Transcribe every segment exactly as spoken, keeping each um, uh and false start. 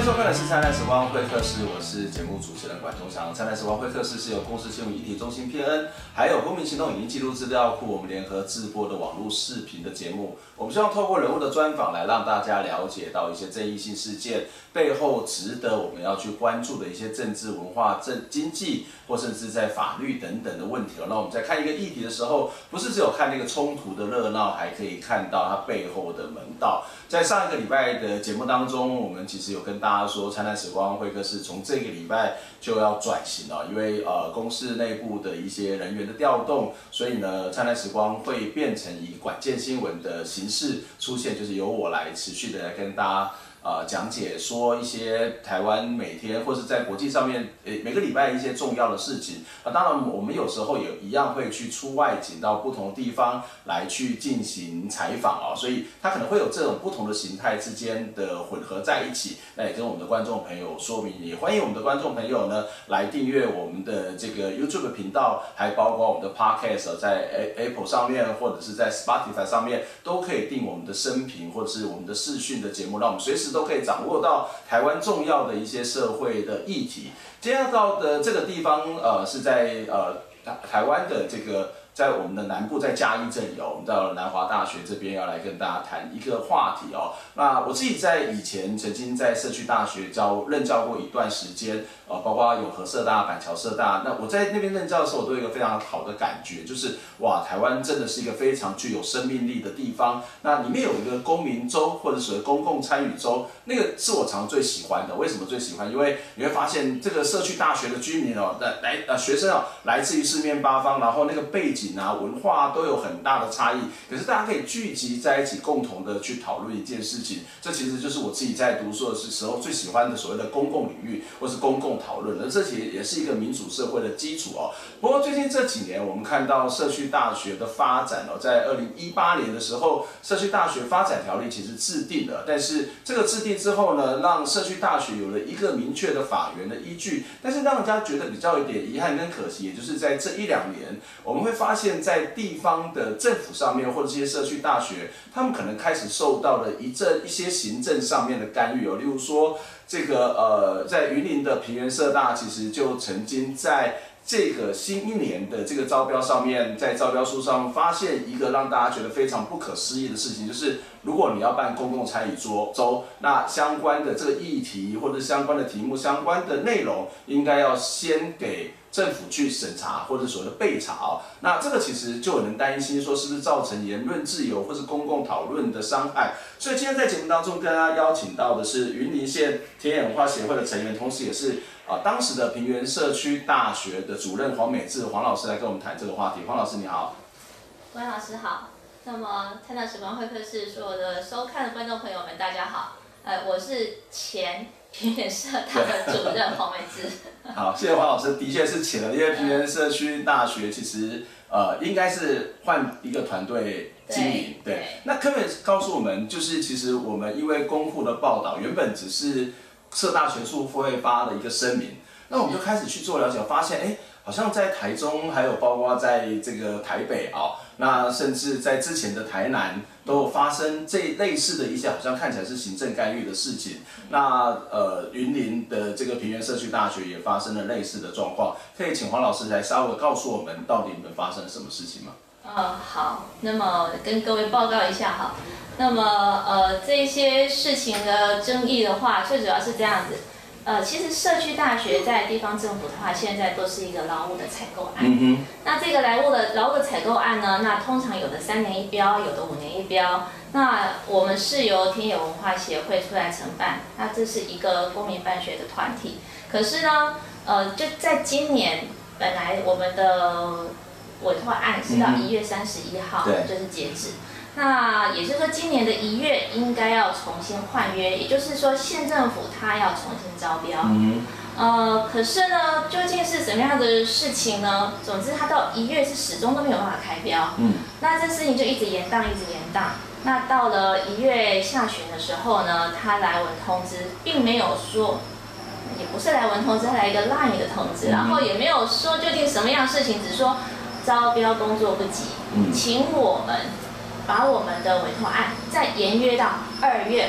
收看的是灿烂时光会客室，我是节目主持人管中祥。灿烂时光会客室是由公司新闻议题中心 P N， 还有公民行动影音记录资料库我们联合制播的网络视频的节目。我们希望透过人物的专访来让大家了解到一些争议性事件背后值得我们要去关注的一些政治、文化、政经济，或甚至在法律等等的问题。那我们在看一个议题的时候，不是只有看那个冲突的热闹，还可以看到它背后的门道。在上一个礼拜的节目当中，我们其实有跟大家说，灿烂时光会客室从这个礼拜就要转型了，因为呃公司内部的一些人员的调动，所以呢，灿烂时光会变成以管件新闻的形式出现，就是由我来持续的来跟大家。呃，讲解说一些台湾每天或是在国际上面，呃，每个礼拜一些重要的事情。啊，当然我们有时候也一样会去出外景到不同的地方来去进行采访啊，所以它可能会有这种不同的形态之间的混合在一起。那也跟我们的观众朋友说明，也欢迎我们的观众朋友呢来订阅我们的这个 YouTube 频道，还包括我们的 Podcast 在 Apple 上面或者是在 Spotify 上面都可以订我们的声频或者是我们的视讯的节目，让我们随时都可以掌握到台湾重要的一些社会的议题。今天要到的这个地方，呃，是在呃台湾的这个。在我们的南部，在嘉义这里哦，我们到了南华大学这边要来跟大家谈一个话题哦。那我自己在以前曾经在社区大学教任教过一段时间，呃，包括永和社大、板桥社大。那我在那边任教的时候，我都有一个非常好的感觉，就是哇，台湾真的是一个非常具有生命力的地方。那里面有一个公民周或者所谓公共参与周，那个是我常最喜欢的。为什么最喜欢？因为你会发现这个社区大学的居民哦，来呃学生哦，来自于四面八方，然后那个背景。啊，文化都有很大的差异，可是大家可以聚集在一起，共同的去讨论一件事情。这其实就是我自己在读书的时候最喜欢的所谓的公共领域，或是公共讨论。而这其实也是一个民主社会的基础哦。不过最近这几年，我们看到社区大学的发展哦，在二零一八年的时候，社区大学发展条例其实制定了，但是这个制定之后呢，让社区大学有了一个明确的法源的依据，但是让人家觉得比较有点遗憾跟可惜，也就是在这一两年，我们会发现。在地方的政府上面，或者这些社区大学，他们可能开始受到了一阵一些行政上面的干预哦。例如说，这个呃，在云林的平原社大，其实就曾经在这个新一年的这个招标上面，在招标书上发现一个让大家觉得非常不可思议的事情，就是如果你要办公共参与周，那相关的这个议题或者相关的题目、相关的内容，应该要先给。政府去审查或者所谓的备查哦，那这个其实就有人担心说是不是造成言论自由或是公共讨论的伤害。所以今天在节目当中跟大家邀请到的是云林县田野文化协会的成员，同时也是啊、呃、当时的平原社区大学的主任黄美智黄老师来跟我们谈这个话题。黄老师你好。 关老师好。那么灿烂时光会客室所有的收看的观众朋友们大家好，呃我是前平原社大的主任黄美智。 好，谢谢黄老师，的确是前了，因为平原社区大学其实呃应该是换一个团队经营，对。对那可不可以告诉我们，就是其实我们因为公库的报道，原本只是社大全数会发的一个声明，那我们就开始去做了解，发现哎。好像在台中，还有包括在这个台北啊、哦，那甚至在之前的台南都有发生这类似的一些，好像看起来是行政干预的事情。那呃，云林的这个平原社区大学也发生了类似的状况，可以请黄老师来稍微告诉我们，到底你们发生了什么事情吗？ 呃，好，那么跟各位报告一下哈。那么呃，这些事情的争议的话，最主要是这样子。呃，其实社区大学在地方政府的话，现在都是一个劳务的采购案。嗯哼。那这个劳务的劳务的采购案呢，那通常有的三年一标，有的五年一标。那我们是由田野文化协会出来承办，那这是一个公民办学的团体。可是呢，呃，就在今年，本来我们的委托案是到一月三十一号，嗯、就是截止。那也就是说，今年的一月应该要重新换约，也就是说，县政府它要重新招标。嗯、呃，可是呢，究竟是什么样的事情呢？总之，它到一月是始终都没有办法开标。嗯，那这事情就一直延宕，一直延宕。那到了一月下旬的时候呢，他来文通知，并没有说，也不是来文通知，他来一个 LINE 的通知，然后也没有说究竟什么样的事情，只说招标工作不急，请我们。把我们的委托案再延约到二月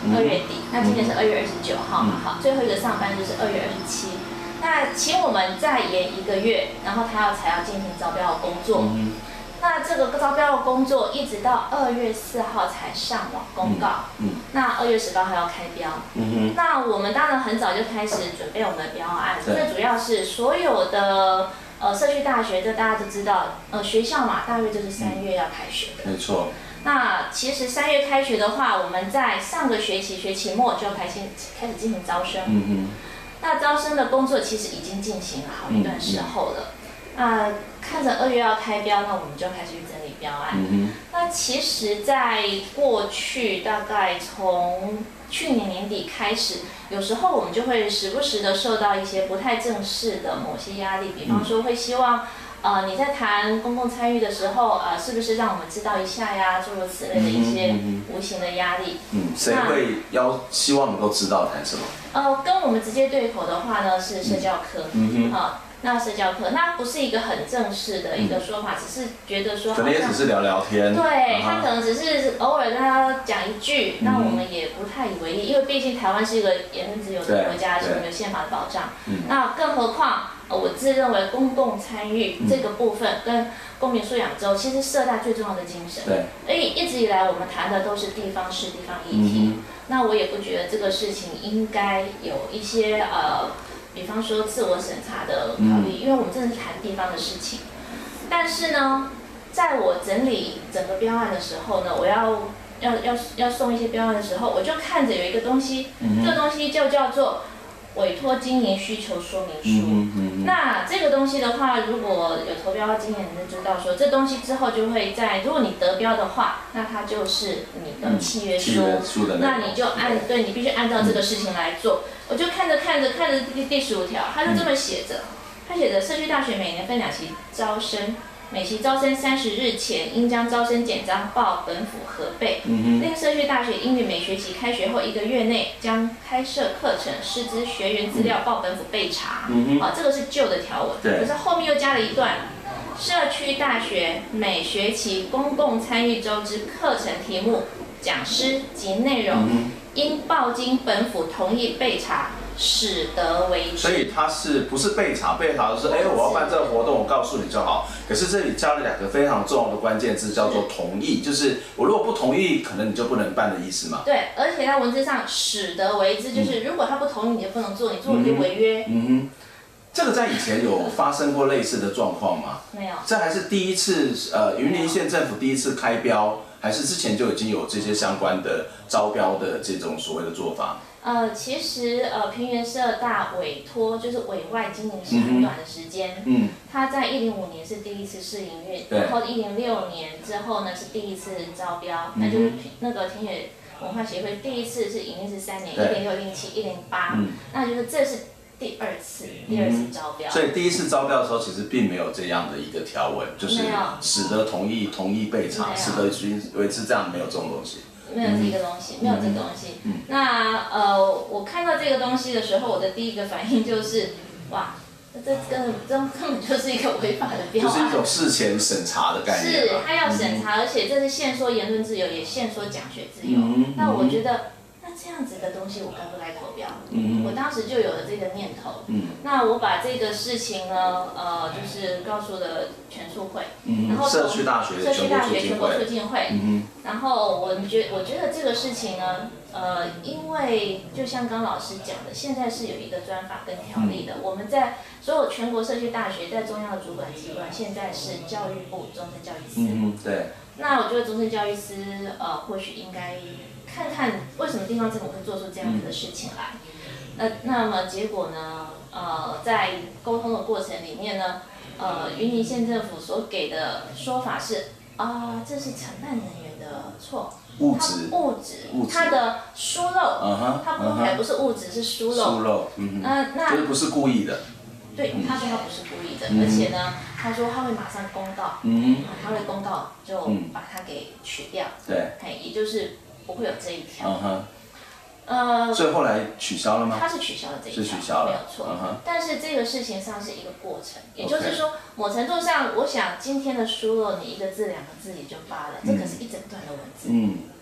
二月底。那今年是二月二十九号嘛，好，最后一个上班就是二月二十七。那请我们再延一个月，然后他要才要进行招标的工作。嗯、那这个招标的工作一直到二月四号才上网公告。嗯嗯、那二月十八号要开标。嗯、那我们当然很早就开始准备我们的标案，最主要是所有的呃社区大学，这大家都知道，呃学校嘛，大约就是三月要开学的。 没错。 那其实三月开学的话，我们在上个学期学期末就要开始开始进行招生。嗯嗯。那招生的工作其实已经进行了好一段时候了。那、嗯嗯、看着二月要开标，那我们就开始去整理标案。嗯、那其实，在过去大概从去年年底开始，有时候我们就会时不时的受到一些不太正式的某些压力，比方说会希望。呃，你在谈公共参与的时候，呃，是不是让我们知道一下呀？诸如此类的一些无形的压力。 嗯，谁会要希望能够知道谈什么？ 呃，跟我们直接对口的话呢，是社教科。嗯哼。啊，那社教科，那不是一个很正式的一个说法，只是觉得说。 可能也只是聊聊天。 对，他可能只是偶尔跟他讲一句，那我们也不太以为意，因为毕竟台湾是一个言论自由的国家，是我们有宪法的保障。那更何况。我自认为公共参与这个部分跟公民素养周，其实社大最重要的精神。 对。 所以一直以来我们谈的都是地方事、地方议题。嗯、那我也不觉得这个事情应该有一些呃，比方说自我审查的考虑，嗯、因为我们真的是谈地方的事情。但是呢，在我整理整个标案的时候呢，我要要要要送一些标案的时候，我就看着有一个东西，嗯、这个东西就叫做。委托经营需求说明书。嗯嗯嗯、那这个东西的话，如果有投标经验的知道说，这东西之后就会在，如果你得标的话，那它就是你的契约书。嗯、契约书那你就按对，你必须按照这个事情来做。嗯、我就看着看着看着第第十五条，它就这么写着，它写着社区大学每年分两期招生。每期招生三十日前，应将招生简章报本府核备。嗯、另社区大学应于每学期开学后一个月内，将开设课程、师资、学员资料报本府备查。嗯、啊，这个是旧的条文。可是后面又加了一段：社区大学每学期公共参与周之课程题目、讲师及内容，嗯、应报经本府同意备查。使得为之， 所以它是不是备查？备查就是，哎、欸，我要办这个活动，我告诉你就好。可是这里加了两个非常重要的关键字，叫做同意，就是我如果不同意，可能你就不能办的意思嘛。 对，而且在文字上使得为之，就是如果他不同意，你就不能做，你做你就违约。嗯哼， 这个在以前有发生过类似的状况吗？ 没有。 这还是第一次，呃，云林县政府第一次开标，还是之前就已经有这些相关的招标的这种所谓的做法？ 呃，其实呃，平原社大委托就是委外经营是很短的时间。嗯。他在一零五年是第一次试营运，然后一零六年之后呢是第一次招标，嗯、那就是那个田野文化协会第一次是营运是三年，一零六、一零七、一零八，那就是这是第二次，第二次招标。 所以第一次招标的时候，其实并没有这样的一个条文，就是使得同意同意备查，使得为之这样，没有这种东西。 没有这个东西，没有这个东西。嗯、那呃，我看到这个东西的时候，我的第一个反应就是，哇，这根本这根本就是一个违法的标案。 就是一种事前审查的概念。 是，他要审查，嗯、而且这是限缩言论自由，也限缩讲学自由。嗯、那我觉得，那这样子的东西，我该不该投标？嗯、我当时就有了这个念头。嗯、那我把这个事情呢，呃，就是告诉了全促会， 嗯、 然后社区大学社区大学全国促进会。 嗯然后我觉我觉得这个事情呢，呃，因为就像刚老师讲的，现在是有一个专法跟条例的。嗯、我们在所有全国社区大学在中央的主管机关，现在是教育部中正教育司。 嗯对。 那我觉得中正教育司呃，或许应该看看为什么地方政府会做出这样子的事情来。那那么结果呢？呃，在沟通的过程里面呢，呃，云林县政府所给的说法是啊、呃，这是承办人员的错。 物质， 物质，它的疏漏，嗯、它不还不是物质，是疏漏。 疏漏，嗯那那就是不是故意的。 对，他说他不是故意的，嗯、而且呢，他说他会马上公告，嗯、他会公告就把它给取掉。 对， 哎，也就是不会有这一条。 嗯哼。 呃， 所以后来取消了吗？ 他是取消了这一条， 是取消了， 没有错。 嗯、 但是这个事情上是一个过程，也就是说，某程度上，我想今天的疏漏，你一个字两个字也就罢了，这可是一整段的文字。嗯。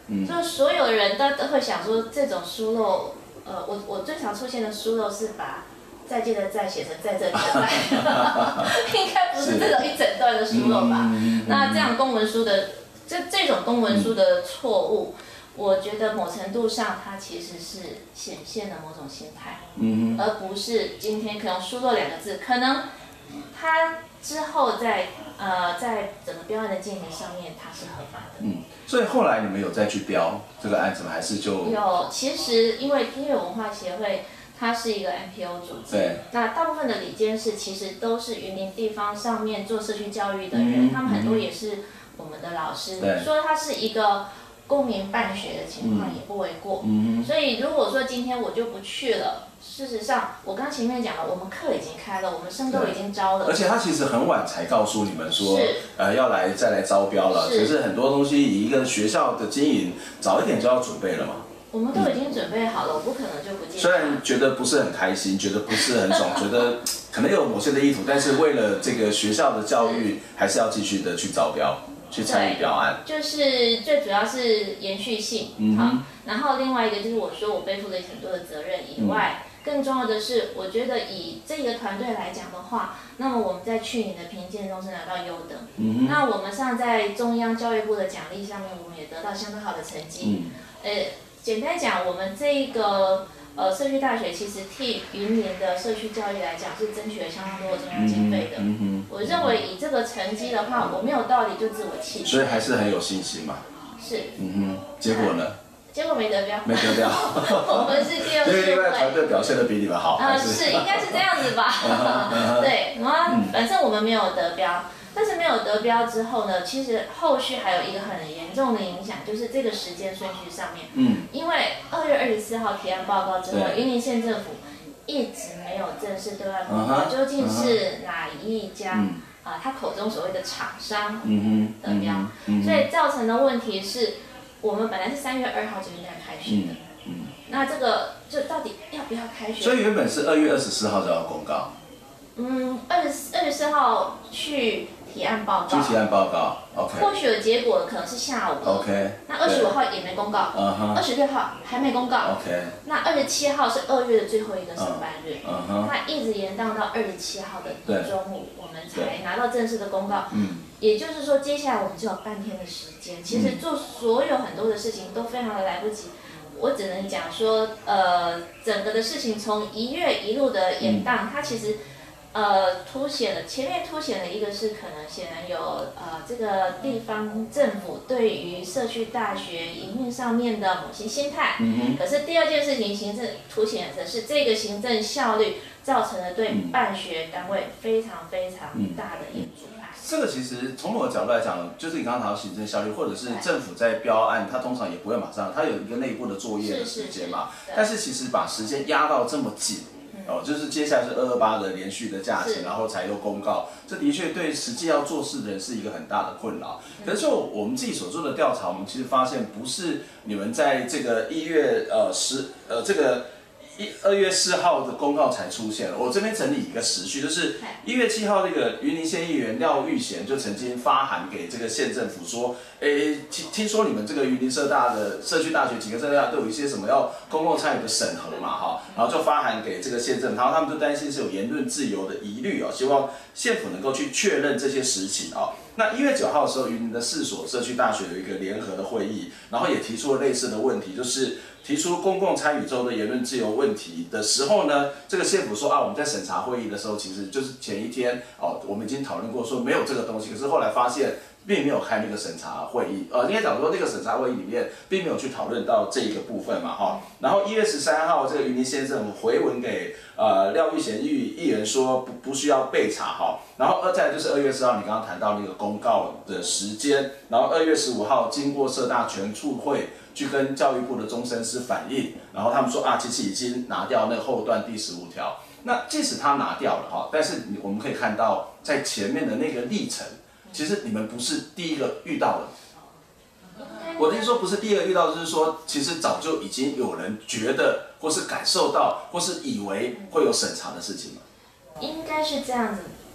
嗯，就是所有人都都会想说，这种疏漏，呃，我我最常出现的疏漏是把再见的再写成在这里的在，应该不是这种一整段的疏漏吧？嗯、那这样公文书的这这种公文书的错误。嗯，我觉得某程度上，它其实是显现了某种心态，嗯，而不是今天可能疏漏两个字，可能它之后在呃在整个标案的进行上面，它是合法的。 嗯，所以后来你们有再去标这个案子吗？还是就有？其实因为音乐文化协会它是一个 N P O 组织，对，那大部分的理监事其实都是云林地方上面做社区教育的人，嗯、他们很多也是我们的老师，说它是一个。公民办学的情况也不为过，嗯、所以如果说今天我就不去了，事实上我刚前面讲了，我们课已经开了，我们生都已经招了， 而且他其实很晚才告诉你们说，呃，要来再来招标了。可是很多东西以一个学校的经营，早一点就要准备了嘛。 我们都已经准备好了，我不可能就不进。 虽然觉得不是很开心，觉得不是很爽，觉得可能有某些的意图，但是为了这个学校的教育，还是要继续的去招标。去参与标案， 就是最主要是延续性，嗯、好，然后另外一个就是我说我背负了很多的责任以外，嗯、更重要的是，我觉得以这个团队来讲的话，那么我们在去年的评鉴中是拿到优等，嗯、那我们上在中央教育部的奖励上面，我们也得到相当好的成绩，嗯、呃，简单讲，我们这一个。呃，社区大学其实替云林的社区教育来讲是争取了相当多的中央经费的。嗯嗯、我认为以这个成绩的话，我没有道理就自我弃。 所以还是很有信心嘛。 是。 嗯哼，结果呢？ 结果没得标。 没得标。 我们是第二顺位。 因为另外团队表现的比你们好。 啊、呃，是应该是这样子吧。对，然后反正我们没有得标。但是没有得标之后呢，其实后续还有一个很严重的影响，就是这个时间顺序上面。嗯。因为二月二十四号提案报告之后，云林县政府一直没有正式对外公告，究竟是哪一家、嗯、啊他口中所谓的厂商得标，嗯嗯、所以造成的问题是，我们本来是三月二号就应该开学的。嗯嗯、那这个就到底要不要开学？ 所以原本是二月二十四号就要公告。 嗯，二十二十四号去。提案报告， 去提案报告 ，OK。 或许有结果可能是下午 ，OK。 那二十五号也没公告，二十六号还没公告 ，OK。 那二十七号是二月的最后一个上班日，嗯哼。那一直延宕到二十七号的中午，我们才拿到正式的公告。嗯。也就是说，接下来我们只有半天的时间，其实做所有很多的事情都非常的来不及。我只能讲说，呃，整个的事情从一月一路的延宕，嗯、它其实。呃，凸显了前面凸显了一个是可能显然有呃这个地方政府对于社区大学营运上面的某些心态，嗯、可是第二件事情，行政凸显的是这个行政效率造成了对办学单位非常非常大的一个阻碍。 这个其实从某个角度来讲，就是你刚刚谈到行政效率，或者是政府在标案，它通常也不会马上，它有一个内部的作业的时间嘛，是是是但是其实把时间压到这么紧。哦，就是接下来是二二八的连续的假期，然后才又公告，这的确对实际要做事的人是一个很大的困扰。可是就我们自己所做的调查，我们其实发现不是你们在这个一月呃十呃这个一二月四号的公告才出现了。我这边整理一个时序，就是一月七号那个云林县议员廖玉贤就曾经发函给这个县政府说，诶，听听说你们这个云林社大的社区大学几个社大都有一些什么要公共参与的审核嘛，哈，然后就发函给这个县政府，然后他们就担心是有言论自由的疑虑哦，希望县府能够去确认这些实情哦。那一月九号的时候，云林的四所社区大学有一个联合的会议，然后也提出了类似的问题，就是提出公共参与中的言论自由问题的时候呢，这个县府说啊，我们在审查会议的时候，其实就是前一天哦，我们已经讨论过说没有这个东西，可是后来发现并没有开那个审查会议，呃，应该讲说那个审查会议里面并没有去讨论到这一个部分嘛，哈。然后一月十三号，这个云林县政府回文给呃廖玉贤议议员说不不需要备查哈。然后二再来就是二月四号，你刚刚谈到那个公告的时间，然后二月十五号经过社大全处会去跟教育部的终身师反映，然后他们说啊，其实已经拿掉那个后段第十五条。那即使他拿掉了哈，但是我们可以看到在前面的那个历程。其实你们不是第一个遇到的，我的意思说不是第一个遇到，就是说其实早就已经有人觉得，或是感受到，或是以为会有审查的事情了。 应该是这样子，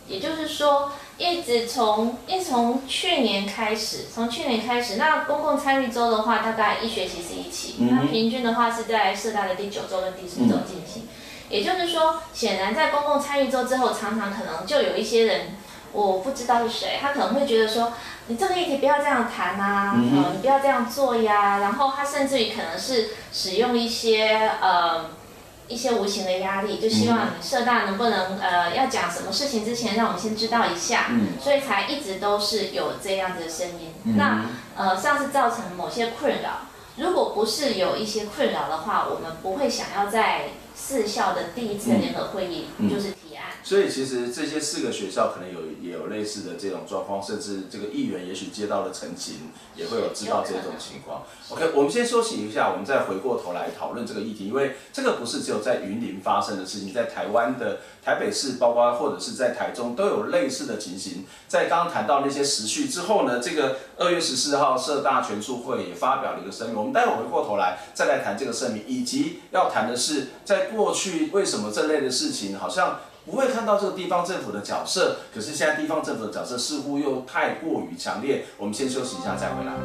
也就是说，一直从一直从去年开始，从去年开始，那公共参与周的话，大概一学期是一期，嗯、那平均的话是在社大的第九周跟第十周进行。嗯、也就是说，显然在公共参与周之后，常常可能就有一些人，我不知道是谁，他可能会觉得说，你这个议题不要这样谈啊，嗯、呃，你不要这样做呀，然后他甚至于可能是使用一些呃。一些无形的压力，就希望你社大能不能呃要讲什么事情之前，让我们先知道一下，嗯、所以才一直都是有这样子的声音。嗯、那呃像是造成某些困扰，如果不是有一些困扰的话，我们不会想要在四校的第一次的联合会议就是提案。嗯嗯、 所以其实这些四个学校可能有也有类似的这种状况，甚至这个议员也许接到了陈情，也会有知道这种情况。OK， 我们先休息一下，我们再回过头来讨论这个议题，因为这个不是只有在云林发生的事情，在台湾的台北市，包括或者是在台中都有类似的情形。在刚刚谈到那些时序之后呢，这个二月十四号社大全促会也发表了一个声明，我们待会回过头来再来谈这个声明，以及要谈的是在过去为什么这类的事情好像不会看到这个地方政府的角色，可是现在地方政府的角色似乎又太过于强烈。我们先休息一下再回来。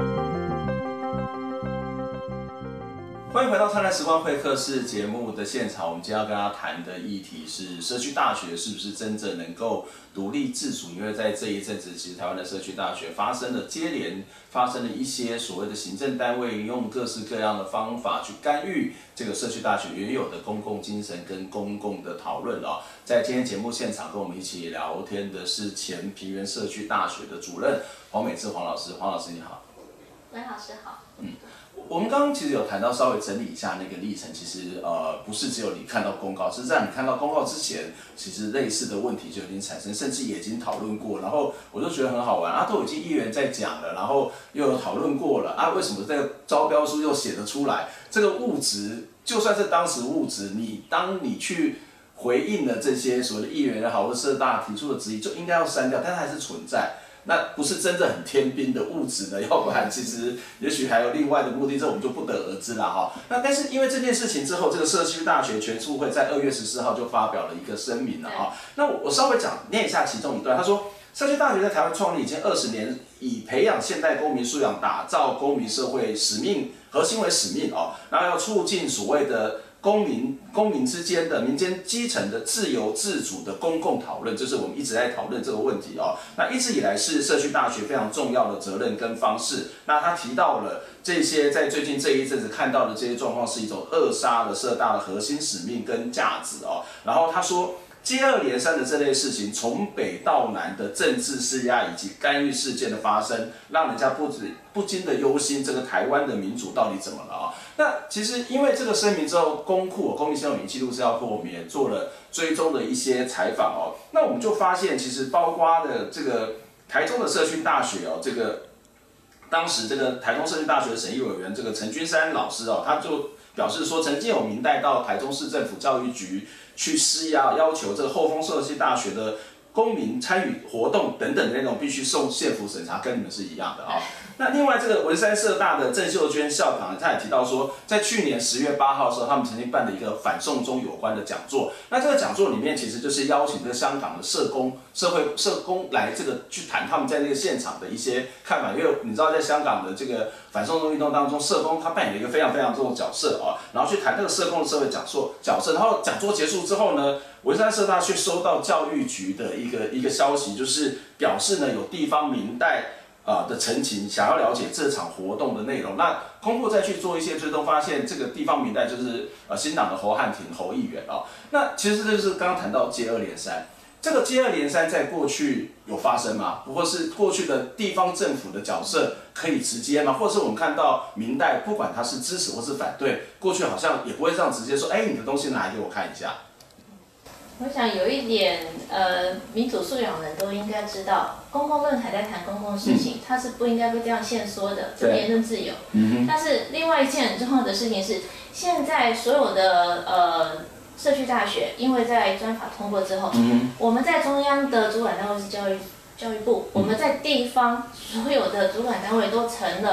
欢迎回到灿烂时光会客室节目的现场，我们今天要跟大家谈的议题是社区大学是不是真正能够独立自主？因为在这一阵子，其实台湾的社区大学发生了接连发生了一些所谓的行政单位用各式各样的方法去干预这个社区大学原有的公共精神跟公共的讨论哦。在今天节目现场跟我们一起聊天的是前平原社区大学的主任黄美智黄老师，黄老师你好。 文老师好。 嗯。我们刚刚其实有谈到，稍微整理一下那个历程。其实呃，不是只有你看到公告，是在你看到公告之前，其实类似的问题就已经产生，甚至也已经讨论过。然后我就觉得很好玩啊，都已经议员在讲了，然后又有讨论过了啊，为什么这个招标书又写得出来？这个物质就算是当时物质，你当你去回应了这些所谓的议员也好，或社大提出的质疑，就应该要删掉，但它还是存在。那不是真正很天兵的物质呢，要不然其实也许还有另外的目的，这我们就不得而知了哈。那但是因为这件事情之后，这个社区大学全促会在二月十四号就发表了一个声明了哈。那我我稍微讲念一下其中一段，他说，社区大学在台湾创立已经二十年，以培养现代公民素养、打造公民社会使命核心为使命哦，然后要促进所谓的公民公民之间的民间基层的自由自主的公共讨论，这是我们一直在讨论这个问题哦。那一直以来是社区大学非常重要的责任跟方式。那他提到了这些在最近这一阵子看到的这些状况是一种扼杀了社大的核心使命跟价值哦。然后他说，接二连三的这类事情，从北到南的政治施压以及干预事件的发生，让人家不止不禁的忧心，这个台湾的民主到底怎么了啊？那其实因为这个声明之后，公库公民行动影音记录资料库我们也做了追踪的一些采访哦。那我们就发现，其实包括的这个台中的社区大学哦，这个当时这个台中社区大学的审议委员这个陈君山老师哦，他就表示说，曾经有民代到台中市政府教育局去施压，要求这个后丰社区大学的公民参与活动等等的内容必须送县府审查，跟你们是一样的啊、哦。那另外这个文山社大的郑秀娟校长，他也提到说，在去年十月八号的时候，他们曾经办了一个反送中有关的讲座。那这个讲座里面其实就是邀请这个香港的社工、社会社工来这个去谈他们在那个现场的一些看法，因为你知道在香港的这个反送中运动当中，社工他扮演了一个非常非常重要的角色啊，然后去谈这个社工的社会讲座角色。然后讲座结束之后呢，文山社大却收到教育局的一个一个消息，就是表示呢有地方民代。呃的陈情，想要了解这场活动的内容。那公布再去做一些追踪，发现这个地方民代就是呃新党的侯汉廷侯议员哦。那其实这就是刚刚谈到接二连三，这个接二连三在过去有发生吗？不过是过去的地方政府的角色可以直接吗？或者是我们看到民代不管他是支持或是反对，过去好像也不会这样直接说，哎，你的东西拿来给我看一下。 我想有一点，呃，民主素养的人都应该知道，公共论坛在谈公共事情，嗯、它是不应该被这样限缩的，这言论自由。嗯、但是另外一件很重要的事情是，现在所有的呃社区大学，因为在专法通过之后，嗯、我们在中央的主管单位是教育教育部，嗯、我们在地方所有的主管单位都成了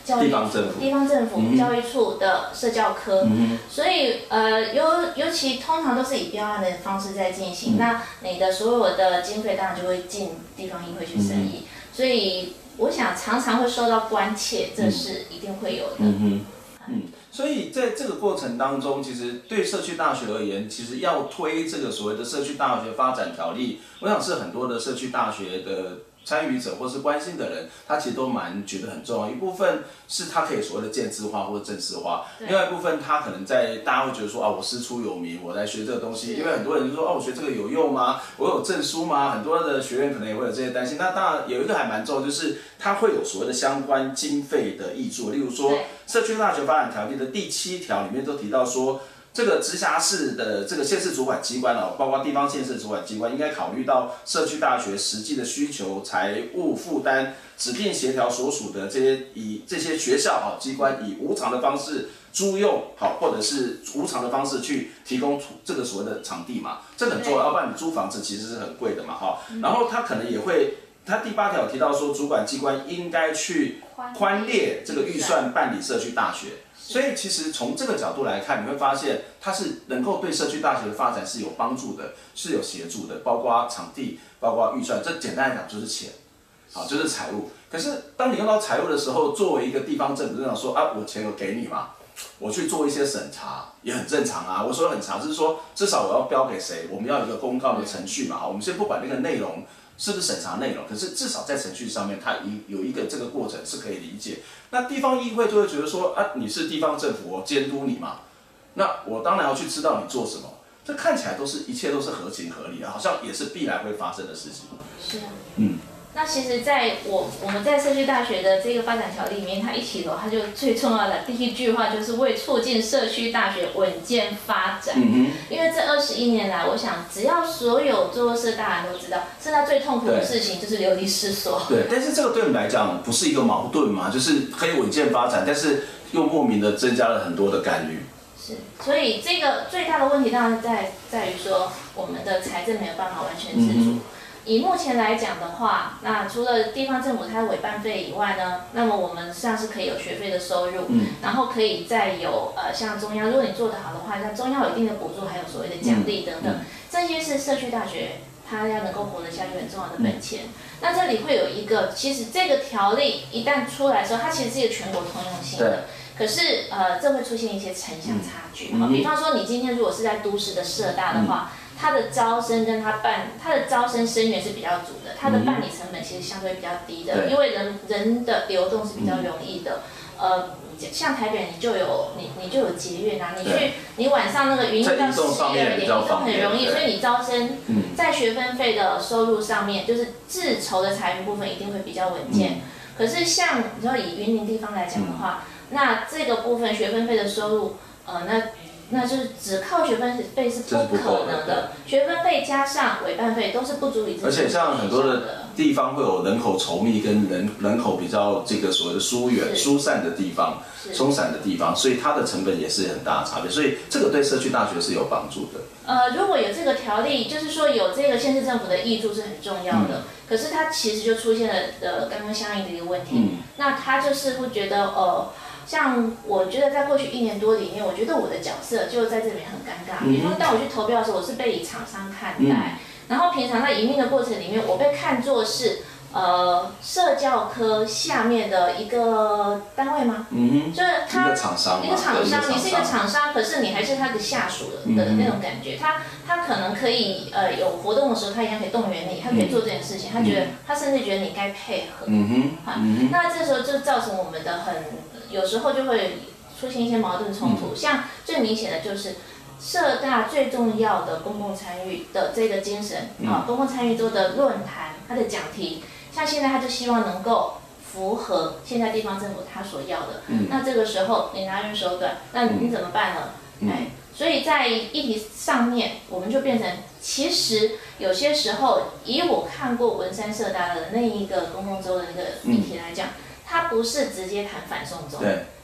教育地方政府、 地方政府、 嗯、 教育处的社教科， 嗯、 所以呃尤尤其通常都是以标案的方式在进行，嗯、那你的所有的经费当然就会进地方议会去审议，嗯、所以我想常常会受到关切，这是一定会有的。 嗯嗯，所以在这个过程当中，其实对社区大学而言，其实要推这个所谓的社区大学发展条例，我想是很多的社区大学的参与者或是关心的人，他其实都蛮觉得很重要。一部分是他可以所谓的建制化或者正式化，另外一部分他可能在大家会觉得说啊，我师出有名，我来学这个东西，因为很多人就说哦、啊，我学这个有用吗？我有证书吗？很多的学院可能也会有这些担心。那当然有一个还蛮重要，就是它会有所谓的相关经费的挹注，例如说社区大学发展条例的第七条里面都提到说。这个直辖市的这个县市主管机关哦，包括地方县市主管机关，应该考虑到社区大学实际的需求、财务负担，指定协调所属的这些以这些学校哦机关以无偿的方式租用好，或者是无偿的方式去提供这个所谓的场地嘛，这很重要，要不然你租房子其实是很贵的嘛哈。然后他可能也会。他第八条提到说，主管机关应该去宽列这个预算办理社区大学，所以其实从这个角度来看，你会发现它是能够对社区大学的发展是有帮助的，是有协助的，包括场地，包括预算，这简单来讲就是钱，好，就是财务。可是当你用到财务的时候，作为一个地方政府就想说啊，我钱有给你嘛，我去做一些审查也很正常啊。我说很长，就是说至少我要标给谁，我们要有一个公告的程序嘛，好，我们先不管那个内容。是不是审查内容？可是至少在程序上面，它有一个这个过程是可以理解。那地方议会就会觉得说，啊，你是地方政府，我监督你嘛，那我当然要去知道你做什么。这看起来都是一切都是合情合理的，好像也是必然会发生的事情。 是啊， 嗯。 那其实在我我们在社区大学的这个发展条例里面，它一起头它就最重要的第一句话就是为促进社区大学稳健发展。 嗯、 因为这二十一年来，我想只要所有做社大人都知道，社大最痛苦的事情就是流离失所。 对，但是这个对我们来讲不是一个矛盾嘛，就是可以稳健发展，但是又莫名的增加了很多的干预。 是，所以这个最大的问题当然在在于说，我们的财政没有办法完全自主。嗯以目前来讲的话，那除了地方政府它的委办费以外呢，那么我们像是可以有学费的收入，嗯、然后可以再有呃像中央，如果你做得好的话，像中央有一定的补助，还有所谓的奖励等等，嗯嗯、这些是社区大学它要能够活得下去很重要的本钱。嗯、那这里会有一个，其实这个条例一旦出来的时候，它其实是一个全国通用性的。可是呃，这会出现一些城乡差距。嗯、比方说，你今天如果是在都市的社大的话。嗯它的招生跟它办，它的招生生源是比较足的，它的办理成本其实相对比较低的，嗯、因为人人的流动是比较容易的。嗯、呃，像台北你就有你你就有捷运啊，你去你晚上那个云林到十一二点，移动很容易，所以你招生在学分费的收入上面，就是自筹的财源部分一定会比较稳健。嗯、可是像你知道以云林地方来讲的话，嗯、那这个部分学分费的收入，呃，那。那就是只靠学分费是不可能的，学分费加上委办费都是不足以。 而且像很多的地方会有人口稠密跟人人口比较这个所谓的疏远、疏散的地方、松散的地方，所以它的成本也是很大的差别。所以这个对社区大学是有帮助的。 呃，如果有这个条例，就是说有这个县市政府的挹注是很重要的。嗯、可是它其实就出现了呃刚刚相应的一个问题，嗯、那他就是会觉得呃。像我觉得在过去一年多里面，我觉得我的角色就在这里很尴尬。比方当我去投票的时候，我是被以厂商看待，嗯、然后平常在营运的过程里面，我被看作是呃社教科下面的一个单位吗？ 嗯就是他一个厂商， 一个厂商，你是一个厂商，可是你还是他的下属的的那种感觉。他他可能可以呃有活动的时候，他一样可以动员你，他可以做这件事情。他觉得他甚至觉得你该配合。 嗯哼，那这时候就造成我们的很。有时候就会出现一些矛盾冲突，嗯、像最明显的就是社大最重要的公共参与的这个精神、嗯、啊，公共参与做的论坛，它的讲题，像现在他就希望能够符合现在地方政府他所要的，嗯、那这个时候你拿人手短，那你怎么办呢？嗯、哎，所以在议题上面，我们就变成，其实有些时候，以我看过文山社大的那一个公共周的那个议题来讲。嗯它不是直接谈反送中，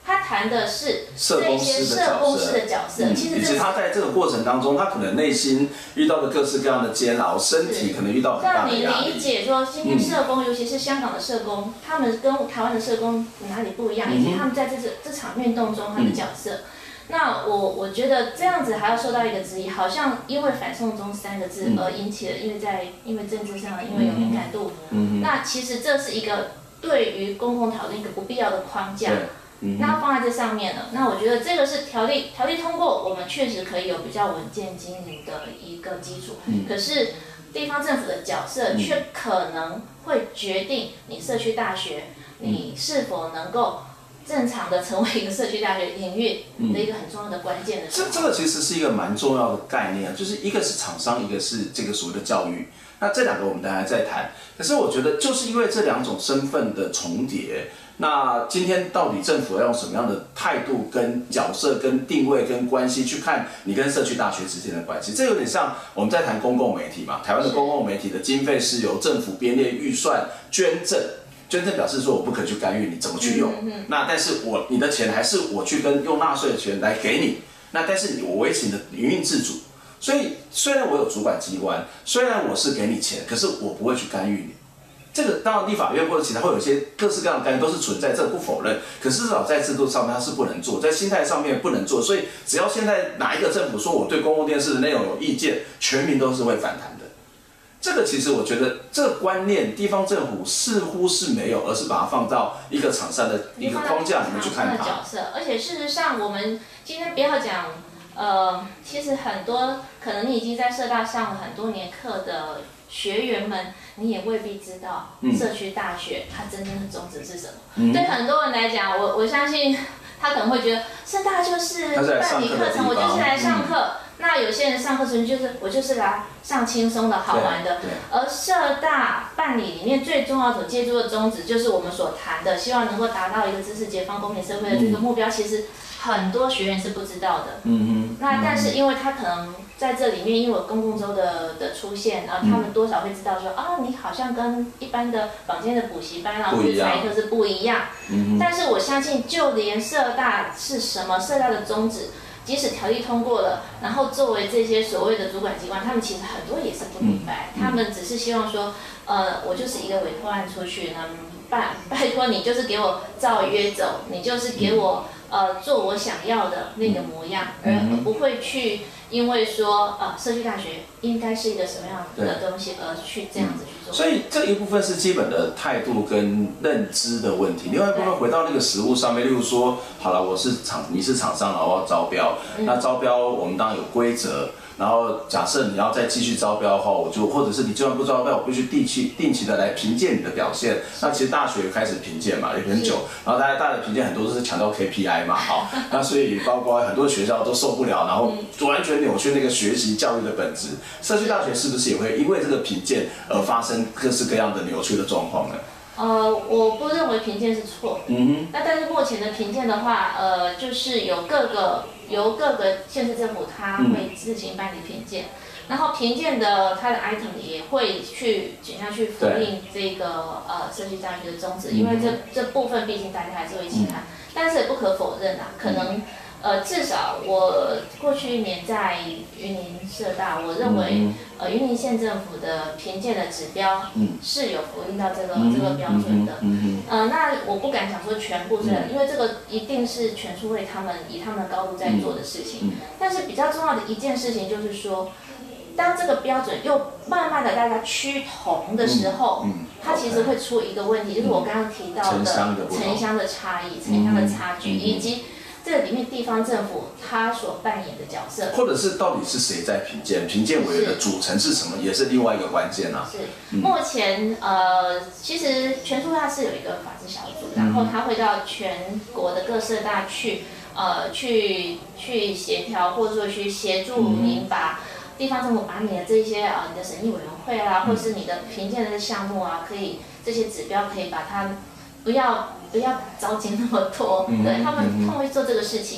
他谈的是社这些社工师的角色， 嗯、 其实以及他在这个过程当中，他可能内心遇到的各式各样的煎熬，身体可能遇到很大的压力。 让你理解说，今天社工，嗯、尤其是香港的社工，他们跟台湾的社工哪里不一样，嗯、以及他们在这这场运动中他的角色。嗯、那我我觉得这样子还要受到一个质疑，好像因为反送中三个字而引起了，因为在因为政治上，因为有敏感度。嗯、那其实这是一个对于公共讨论一个不必要的框架。嗯、那放在这上面了，那我觉得这个是条例条例通过，我们确实可以有比较稳健经营的一个基础。嗯、可是地方政府的角色却可能会决定你社区大学，嗯、你是否能够正常的成为一个社区大学营运的一个很重要的关键的。 这这个其实是一个蛮重要的概念，就是一个是厂商，一个是这个所谓的教育。那这两个我们等一下再谈。可是我觉得就是因为这两种身份的重叠。那今天到底政府要用什么样的态度、跟角色、跟定位、跟关系去看你跟社区大学之间的关系？这有点像我们在谈公共媒体嘛。台湾的公共媒体的经费是由政府编列预算捐赠，捐赠表示说我不可去干预你怎么去用。嗯嗯、那但是我你的钱还是我去跟用纳税的钱来给你。那但是我维持你的营运自主。所以虽然我有主管机关，虽然我是给你钱，可是我不会去干预你。这个当然立法院或者其他会有一些各式各样的干预都是存在，这个不否认。可是至少在制度上面它是不能做，在心态上面不能做。所以只要现在哪一个政府说我对公共电视的内容有意见，全民都是会反弹的。这个其实我觉得这个观念，地方政府似乎是没有，而是把它放到一个厂商的一个框架里面去看它。 角色，而且事实上，我们今天不要讲，呃，其实很多可能你已经在社大上了很多年课的学员们，你也未必知道社区大学它真正的宗旨是什么。嗯、对很多人来讲，我我相信他可能会觉得社大就是办理课程，我就是来上课。嗯、那有些人上课程就是我就是来上轻松的好玩的。而社大办理里面最重要所接触的宗旨，就是我们所谈的，希望能够达到一个知识解放、公民社会的这个目标，嗯、其实很多学员是不知道的。嗯、那但是因为他可能在这里面，因为有公共周的的出现，然后他们多少会知道说，嗯、啊，你好像跟一般的坊间的补习班啊或者才艺课是不一样。嗯、但是我相信，就连社大是什么，社大的宗旨，即使条例通过了，然后作为这些所谓的主管机关，他们其实很多也是不明白，嗯、他们只是希望说，呃，我就是一个委托案出去，那拜拜托你就是给我照约走，你就是给我。呃，做我想要的那个模样，嗯、而不会去因为说呃，社区大学应该是一个什么样的东西，而去这样子去做。 所以这一部分是基本的态度跟认知的问题。另外一部分回到那个实务上面，例如说，好了，我是厂，你是厂商，然后我要招标，嗯、那招标我们当然有规则。然后假设你要再继续招标的话，我就或者是你就算不招标，我必须定期定期的来评鉴你的表现。那其实大学开始评鉴嘛，也很久，然后大家大的评鉴很多都是强调 K P I 嘛，好，那所以包括很多学校都受不了，然后完全扭曲那个学习教育的本质。社区大学是不是也会因为这个评鉴而发生各式各样的扭曲的状况呢？ 呃，我不认为评鉴是错。嗯哼。那但是目前的评鉴的话，呃，就是有各个由各个县市政府它会自行办理评鉴，嗯、然后评鉴的它的 item 也会去尽量去符应这个呃社区大学的宗旨，因为这这部分毕竟大家还是会一起看，嗯、但是也不可否认啊，可能。呃，至少我过去一年在云林社大，我认为，嗯、呃，云林县政府的评鉴的指标是有符应到这个、嗯、这个标准的。嗯、呃，那我不敢讲说全部是，嗯、因为这个一定是全数会他们以他们的高度在做的事情。嗯、但是比较重要的一件事情就是说，当这个标准又慢慢的大家趋同的时候，嗯嗯、它其实会出一个问题，就是我刚刚提到的城乡的差异、城乡的差距，嗯、以及。这里面地方政府他所扮演的角色， 或者是到底是谁在评鉴，评鉴委员的组成是什么，也是另外一个关键啊。 是，嗯、目前呃，其实全数大是有一个法制小组，嗯、然后他会到全国的各社大去，呃，去去协调，或者说去协助您把地方政府把你的这些啊、呃，你的审议委员会啦，嗯、或是你的评鉴的项目啊，可以这些指标可以把它不要。不要着急那么多，嗯、对他们，嗯、他们会做这个事情。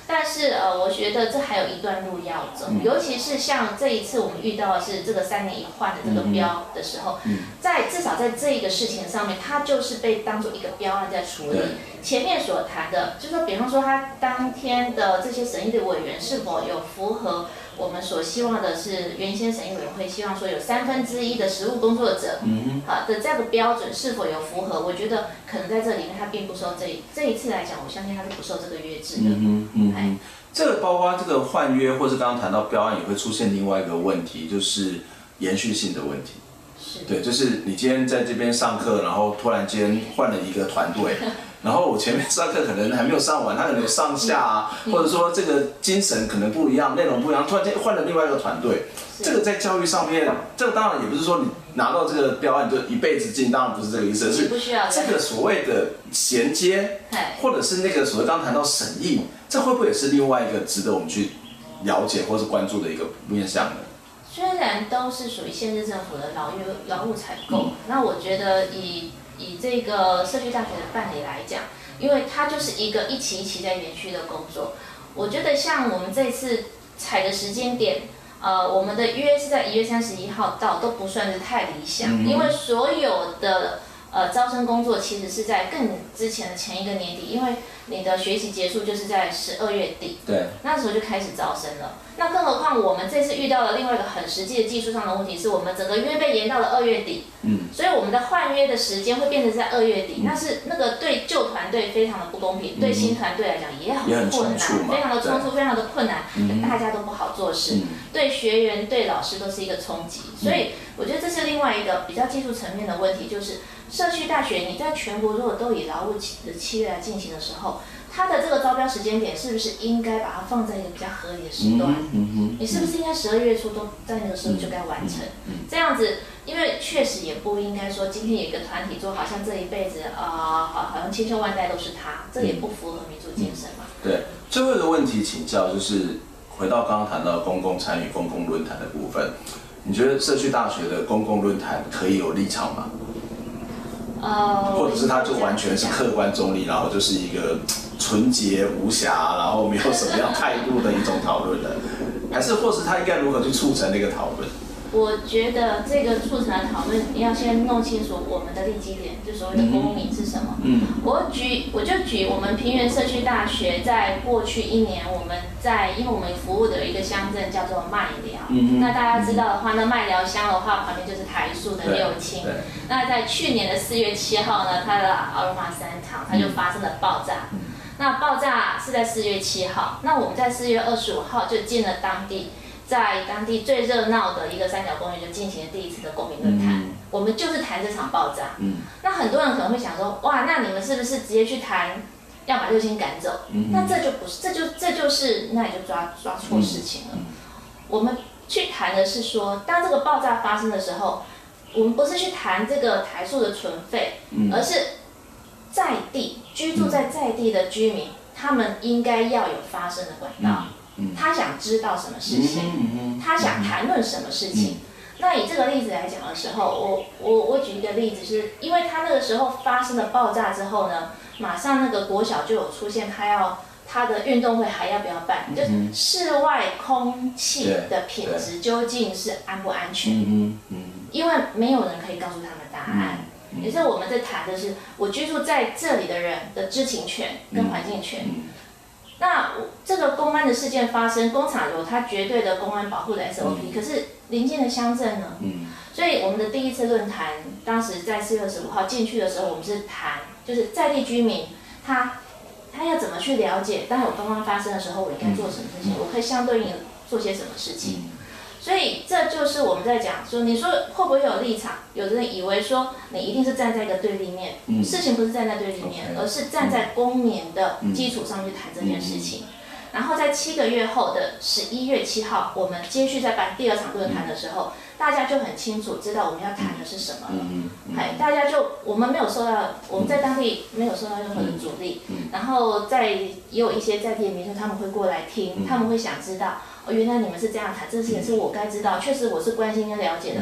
但是呃，我觉得这还有一段路要走，嗯、尤其是像这一次我们遇到的是这个三年一换的这个标的时候，嗯、在至少在这一个事情上面，它就是被当做一个标案在处理。前面所谈的，就是说，比方说他当天的这些审议的委员是否有符合我们所希望的是原先审议委员会希望说有三分之一的实务工作者，嗯啊的这样的标准是否有符合？我觉得可能在这里面它并不受这一这一次来讲，我相信它是不受这个约制的。嗯嗯嗯。这个包括这个换约，或是刚刚谈到标案，也会出现另外一个问题，就是延续性的问题。是。对，就是你今天在这边上课，然后突然间换了一个团队。然后我前面上课可能还没有上完，他可能有上下啊，或者说这个精神可能不一样，内容不一样，突然间换了另外一个团队，这个在教育上面，这个当然也不是说你拿到这个标案就一辈子进，当然不是这个意思，是这个所谓的衔接，或者是那个所谓刚谈到审议，这会不会也是另外一个值得我们去了解或是关注的一个面向呢？ 虽然都是属于县市政府的劳约劳务采购，嗯、那我觉得以以这个社区大学的办理来讲，因为它就是一个一期一期在延续的工作。我觉得像我们这次采的时间点，呃，我们的约是在一月三十一号到，都不算是太理想，嗯、因为所有的呃招生工作其实是在更之前的前一个年底，因为你的学习结束就是在十二月底， 对， 那时候就开始招生了。那更何况我们这次遇到了另外一个很实际的技术上的问题，是我们整个约被延到了二月底，嗯，所以我们的换约的时间会变成在二月底，嗯、那是那个对旧团队非常的不公平，嗯、对新团队来讲也很困难，非常的冲突，非常的困难，嗯、大家都不好做事，嗯、对学员对老师都是一个冲击，所以我觉得这是另外一个比较技术层面的问题，就是社区大学你在全国如果都以劳务的契约来进行的时候，它的这个招标时间点是不是应该把它放在一个比较合理的时段？嗯嗯、你是不是应该十二月初都在那个时候就该完成？嗯嗯、这样子，因为确实也不应该说今天有一个团体做，好像这一辈子啊、呃，好好像千秋万代都是他，这也不符合民主精神嘛。 嗯、对，最后一个问题请教，就是回到刚刚谈到公共参与、公共论坛的部分，你觉得社区大学的公共论坛可以有立场吗？ 呃， 或者是它就完全是客观中立，然后就是一个纯洁无瑕，然后没有什么样态度的一种讨论的，还是或是它应该如何去促成那个讨论？ 我觉得这个促成的讨论，你要先弄清楚我们的立基点，就所谓的公民是什么。嗯，我举我就举我们平原社区大学在过去一年，我们在因为我们服务的一个乡镇叫做麦寮，嗯、那大家知道的话，那麦寮乡的话，旁边就是台塑的六轻。那在去年的四月七号呢，它的阿罗马三厂它就发生了爆炸。嗯、那爆炸是在四月七号，那我们在四月二十五号就进了当地。在当地最热闹的一个三角公园就进行了第一次的公民论坛，嗯、我们就是谈这场爆炸。嗯、那很多人可能会想说，哇，那你们是不是直接去谈要把六轻赶走？嗯、那这就不是，这就这就是那你就抓抓错事情了。嗯、我们去谈的是说，当这个爆炸发生的时候，我们不是去谈这个台塑的存废，嗯、而是在地居住在在地的居民，他们应该要有发声的管道。嗯他想知道什么事情，他想谈论什么事情。那以这个例子来讲的时候，我我我举一个例子是，因为他那个时候发生了爆炸之后呢，马上那个国小就有出现，他要他的运动会还要不要办？就是室外空气的品质究竟是安不安全？因为没有人可以告诉他们答案。也是我们在谈的是，我居住在这里的人的知情权跟环境权。那这个公安的事件发生，工厂有它绝对的公安保护的 S O P，、嗯、可是邻近的乡镇呢？嗯、所以我们的第一次论坛，当时在四月二十五号进去的时候，我们是谈，就是在地居民他他要怎么去了解，当有公安发生的时候，我应该做什么事情，嗯、我可以相对应做些什么事情。嗯所以这就是我们在讲说，你说会不会有立场？有的人以为说你一定是站在一个对立面，嗯、事情不是站在对立面， okay, 而是站在公民的基础上去谈这件事情。嗯、然后在七个月后的十一月七号，我们接续在办第二场论坛的时候，嗯、大家就很清楚知道我们要谈的是什么了。嗯嗯、大家就我们没有受到我们在当地没有受到任何的阻力，嗯嗯、然后在也有一些在地的民众他们会过来听，嗯、他们会想知道。哦，原来你们是这样谈，这事情是我该知道，确实我是关心跟了解的。嗯、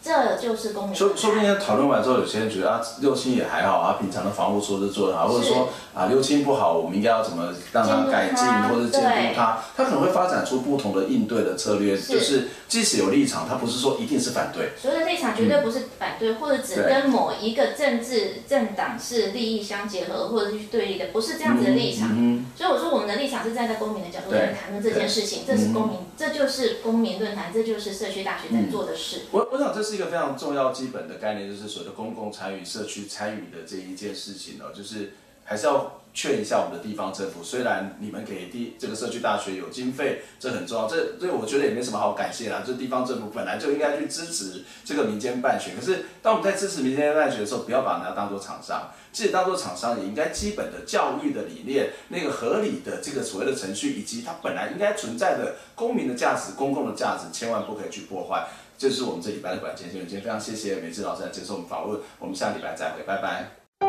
这就是公民。 说说不定讨论完之后，有些人觉得啊，六亲也还好啊，平常的房屋措施做得好，或者说啊，六亲不好，我们应该要怎么让它改进，或者监督它，它可能会发展出不同的应对的策略。就是即使有立场，它不是说一定是反对。 所谓的立场绝对不是反对，嗯、或者只跟某一个政治政党是利益相结合，或者是对立的，不是这样子的立场。嗯嗯、所以我说我们的立场是站在公民的角度来谈论这件事情，这是公民，这就是公民论坛，这就是社区大学在做的事。 嗯、我我想这是一个非常重要基本的概念，就是所谓的公共参与、社区参与的这一件事情哦，就是还是要劝一下我们的地方政府。虽然你们给地这个社区大学有经费，这很重要，这这我觉得也没什么好感谢啦。这地方政府本来就应该去支持这个民间办学。可是当我们在支持民间办学的时候，不要把它当作厂商，即使当作厂商，也应该基本的教育的理念、那个合理的这个所谓的程序，以及它本来应该存在的公民的价值、公共的价值，千万不可以去破坏。这就是我们这礼拜的管前新闻，今天非常谢谢美智老师来接受我们访问，我们下礼拜再会，拜拜。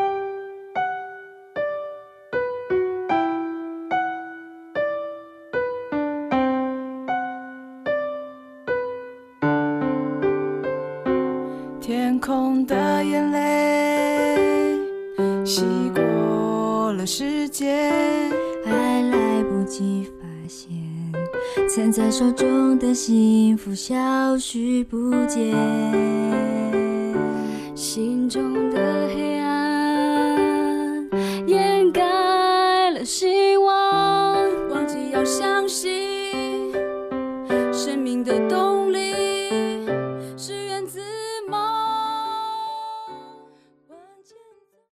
天空的眼泪洗过了世界， 还来不及发现，攥在手中的幸福消失不见，心中的黑